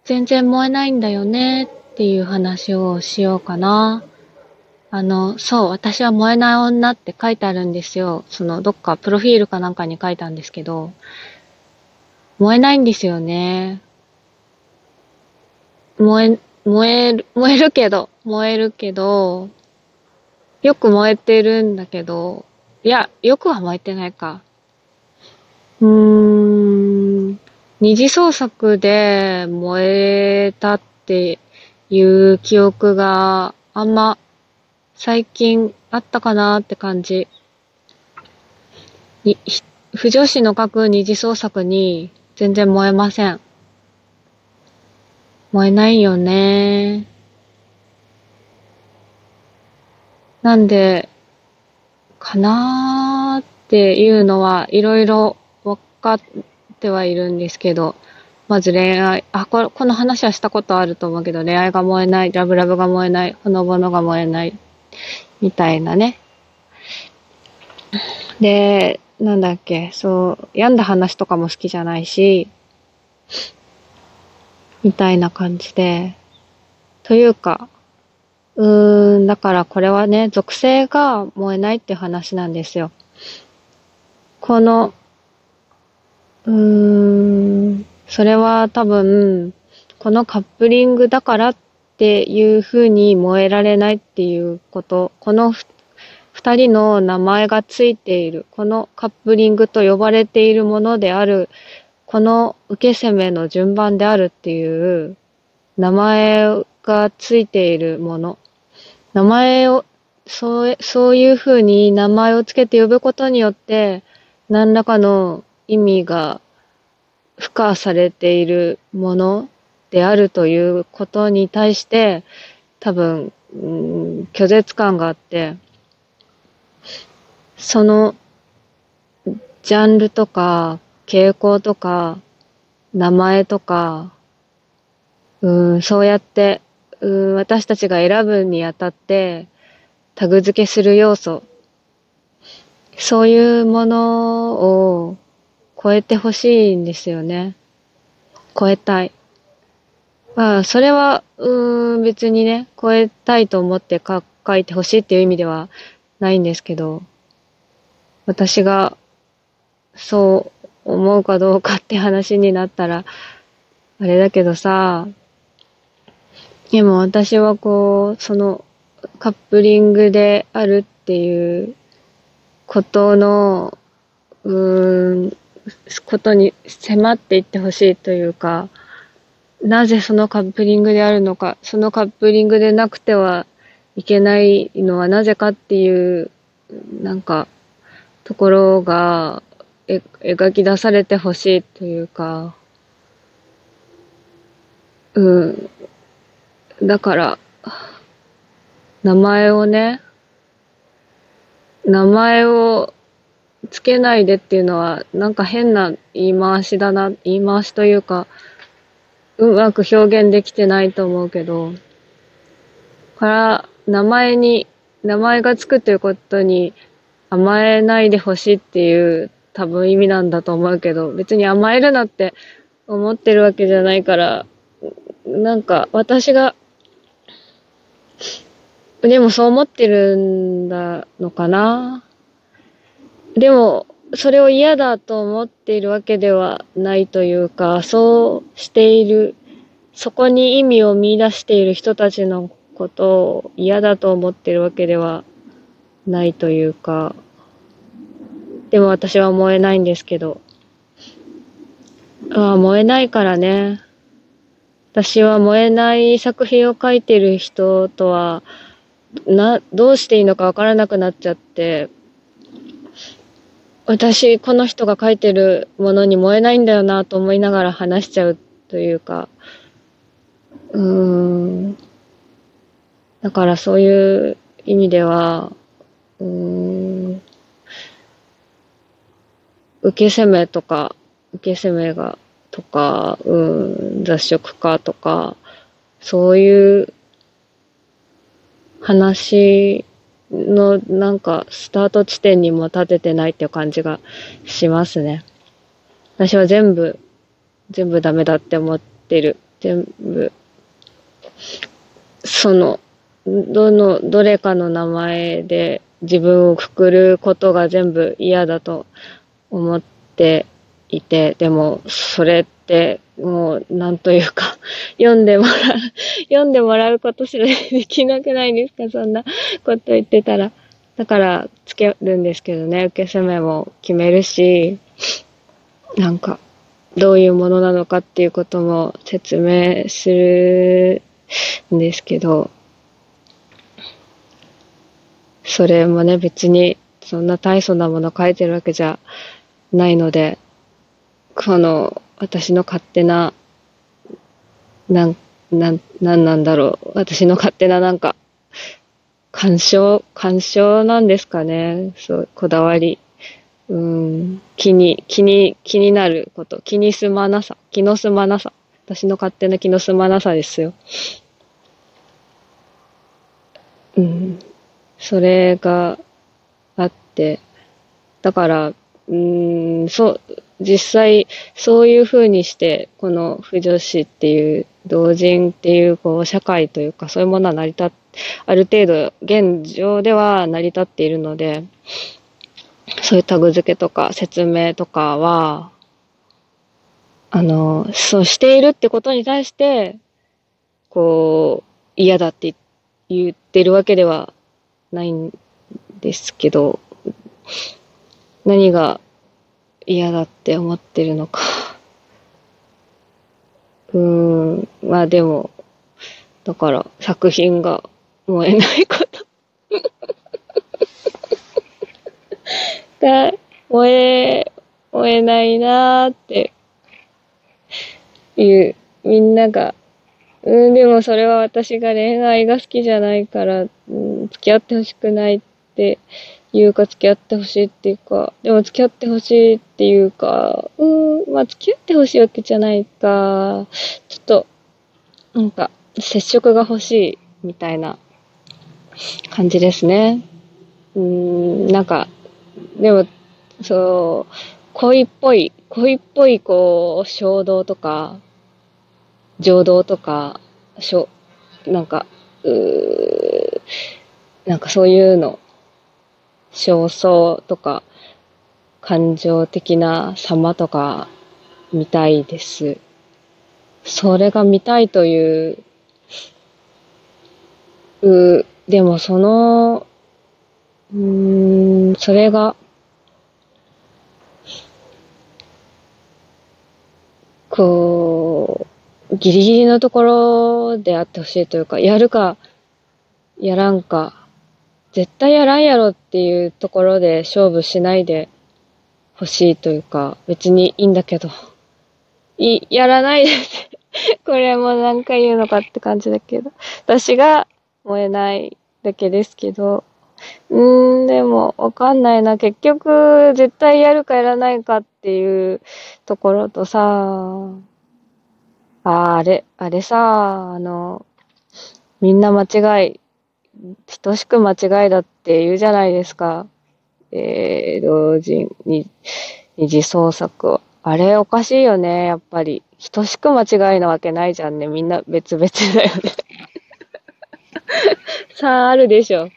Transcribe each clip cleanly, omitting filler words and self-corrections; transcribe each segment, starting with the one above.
全然燃えないんだよねっていう話をしようかな。そう、私は燃えない女って書いてあるんですよ。どっかプロフィールかなんかに書いたんですけど、燃えないんですよね。燃えるけど、よく燃えてるんだけど、いや、よくは燃えてないか。うーん、二次創作で燃えたっていう記憶があんま最近あったかなって感じ。に、不女子の書く二次創作に全然燃えません。燃えないよね。なんで、かなーっていうのはいろいろ分かってはいるんですけど、まず恋愛、この話はしたことあると思うけど、恋愛が燃えない、ラブラブが燃えない、ほのぼのが燃えない、みたいなね。で、なんだっけ、そう、病んだ話とかも好きじゃないし、みたいな感じで、というか、だからこれはね、属性が燃えないっていう話なんですよ。この、それは多分、このカップリングだからっていう風に燃えられないっていうこと、この二人の名前がついている、このカップリングと呼ばれているものである、この受け攻めの順番であるっていう名前がついているもの。名前を、そういう風に名前をつけて呼ぶことによって、何らかの意味が付加されているものであるということに対して、多分、拒絶感があって、そのジャンルとか、傾向とか、名前とか、そうやって、私たちが選ぶにあたって、タグ付けする要素、そういうものを超えてほしいんですよね。超えたい。まあ、それは、別にね、超えたいと思って書いてほしいっていう意味ではないんですけど、私がそう思うかどうかって話になったら、あれだけどさ、でも私はカップリングであるっていうことの、うーん、ことに迫っていってほしいというか、なぜそのカップリングであるのか、そのカップリングでなくてはいけないのはなぜかっていう、なんか、ところが、描き出されてほしいというか、うん。だから、名前をね、名前をつけないでっていうのは、なんか変な言い回しだな、言い回しというか、うまく表現できてないと思うけど、名前がつくということに甘えないでほしいっていう多分意味なんだと思うけど、別に甘えるなって思ってるわけじゃないから、なんか私が、でもそう思ってるんだのかな。でも、それを嫌だと思っているわけではないというか、そうしている、そこに意味を見出している人たちのことを嫌だと思っているわけではないというか、でも私は燃えないんですけど、燃えないからね。私は燃えない作品を書いてる人とは、どうしていいのかわからなくなっちゃって、私、この人が書いてるものに燃えないんだよなと思いながら話しちゃうというか、うーん。だからそういう意味では、うーん、受け攻めとか、受け攻めが、とか、雑食化とか、そういう話のなんかスタート地点にも立ててないっていう感じがしますね。私は全部ダメだって思ってる。 全部、どれかの名前で自分をくくることが全部嫌だと思っていて、でも、それって、もう、なんというか、読んでもらうことすらできなくないですか、そんなこと言ってたら。だから、つけるんですけどね、受け攻めも決めるし、なんか、どういうものなのかっていうことも説明するんですけど、それもね、別に、そんな大層なもの書いてるわけじゃないので、私の勝手な、なんだろう。私の勝手な干渉なんですかね。そう、こだわり。気になること。気にすまなさ。気のすまなさ。私の勝手な気のすまなさですよ。うん。それがあって、だから、実際、そういう風にして、この不女子っていう、同人っていう、社会というか、そういうものはある程度、現状では成り立っているので、そういうタグ付けとか説明とかは、そうしているってことに対して、嫌だって言ってるわけではないんですけど、何が嫌だって思ってるのか。まあでも、だから作品が燃えないことが燃えないなーっていう、みんなが、でもそれは私が恋愛が好きじゃないから、付き合ってほしくないっていうか、付き合ってほしいっていうか、でも付き合ってほしいっていうか、まあ付き合ってほしいわけじゃないか、ちょっと、接触が欲しいみたいな感じですね。でも、そう、衝動とか、情動とか、なんか、うーそういうの、焦燥とか、感情的な様とか、見たいです。それが見たいという、でもそれが、ギリギリのところであってほしいというか、やるか、やらんか、絶対やらんやろっていうところで勝負しないでほしいというか、別にいいんだけど、やらないです。これも何回言うのかって感じだけど、私が燃えないだけですけど、でも、わかんないな。結局、絶対やるかやらないかっていうところとさ、あれさ、みんな等しく間違いだって言うじゃないですか。同人に、二次創作を。あれおかしいよね、やっぱり。等しく間違いなわけないじゃんね。みんな別々だよね。さあ、あるでしょ。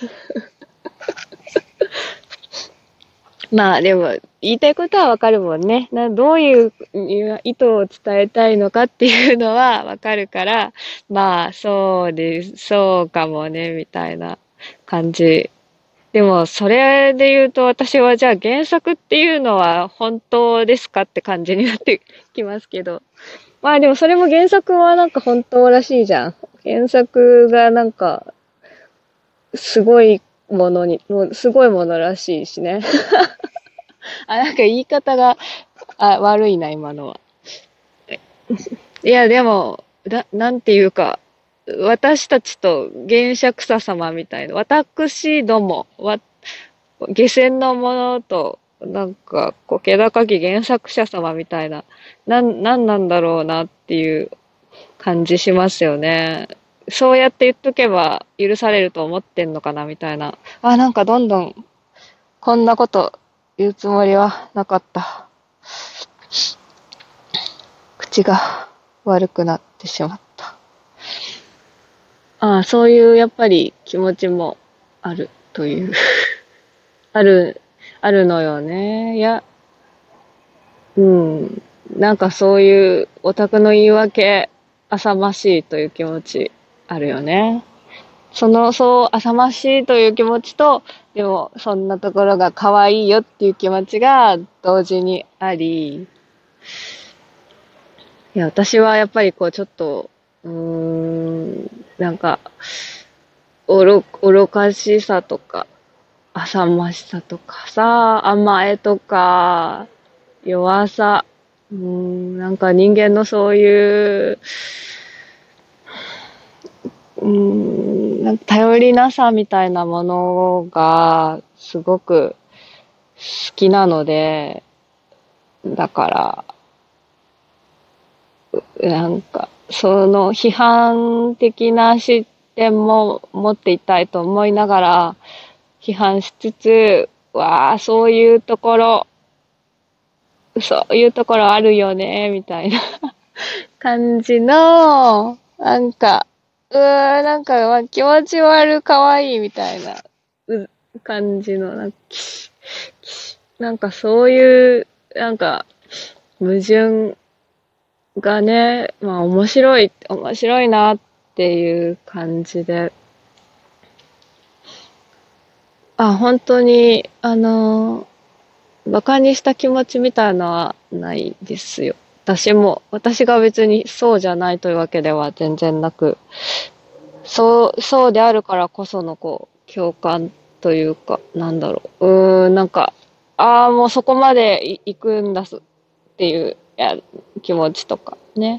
まあでも、言いたいことはわかるもんね。どういう意図を伝えたいのかっていうのはわかるから、まあ、そうかもね、みたいな感じ。でも、それで言うと私はじゃあ原作っていうのは本当ですかって感じになってきますけど。まあでもそれも原作は本当らしいじゃん。原作がすごいすごいものらしいしね。言い方が、悪いな、今のは。いや、でも、なんていうか、私たちと原作者様みたいな、私ども、下船のものと、気高き原作者様みたいな、なんなんだろうなっていう感じしますよね。そうやって言っとけば許されると思ってんのかなみたいな。どんどん、こんなこと言うつもりはなかった。口が悪くなって。 ってしまった。ああ、そういうやっぱり気持ちもあるという、ある、あるのよね。いや、うん。なんかそういうオタクの言い訳、浅ましいという気持ちあるよね。そう、浅ましいという気持ちと、でも、そんなところが可愛いよっていう気持ちが同時にあり、いや、私はやっぱりこう、ちょっと、なんか、愚かしさとか、浅ましさとかさ、甘えとか、弱さ、なんか人間のそういう、なんか頼りなさみたいなものがすごく好きなので、だから、なんか、その批判的な視点も持っていたいと思いながら、批判しつつ、わあ、そういうところあるよね、みたいな感じの、なんか、まあ、気持ち悪かわいいみたいな、感じの、なんかそういう、なんか、矛盾がね、まあ面白いなっていう感じで、本当に、馬鹿にした気持ちみたいのはないですよ。私が別にそうじゃないというわけでは全然なく、そうであるからこその共感というか、なんだろう。なんか、もうそこまで行くんだすっていう気持ちとかね。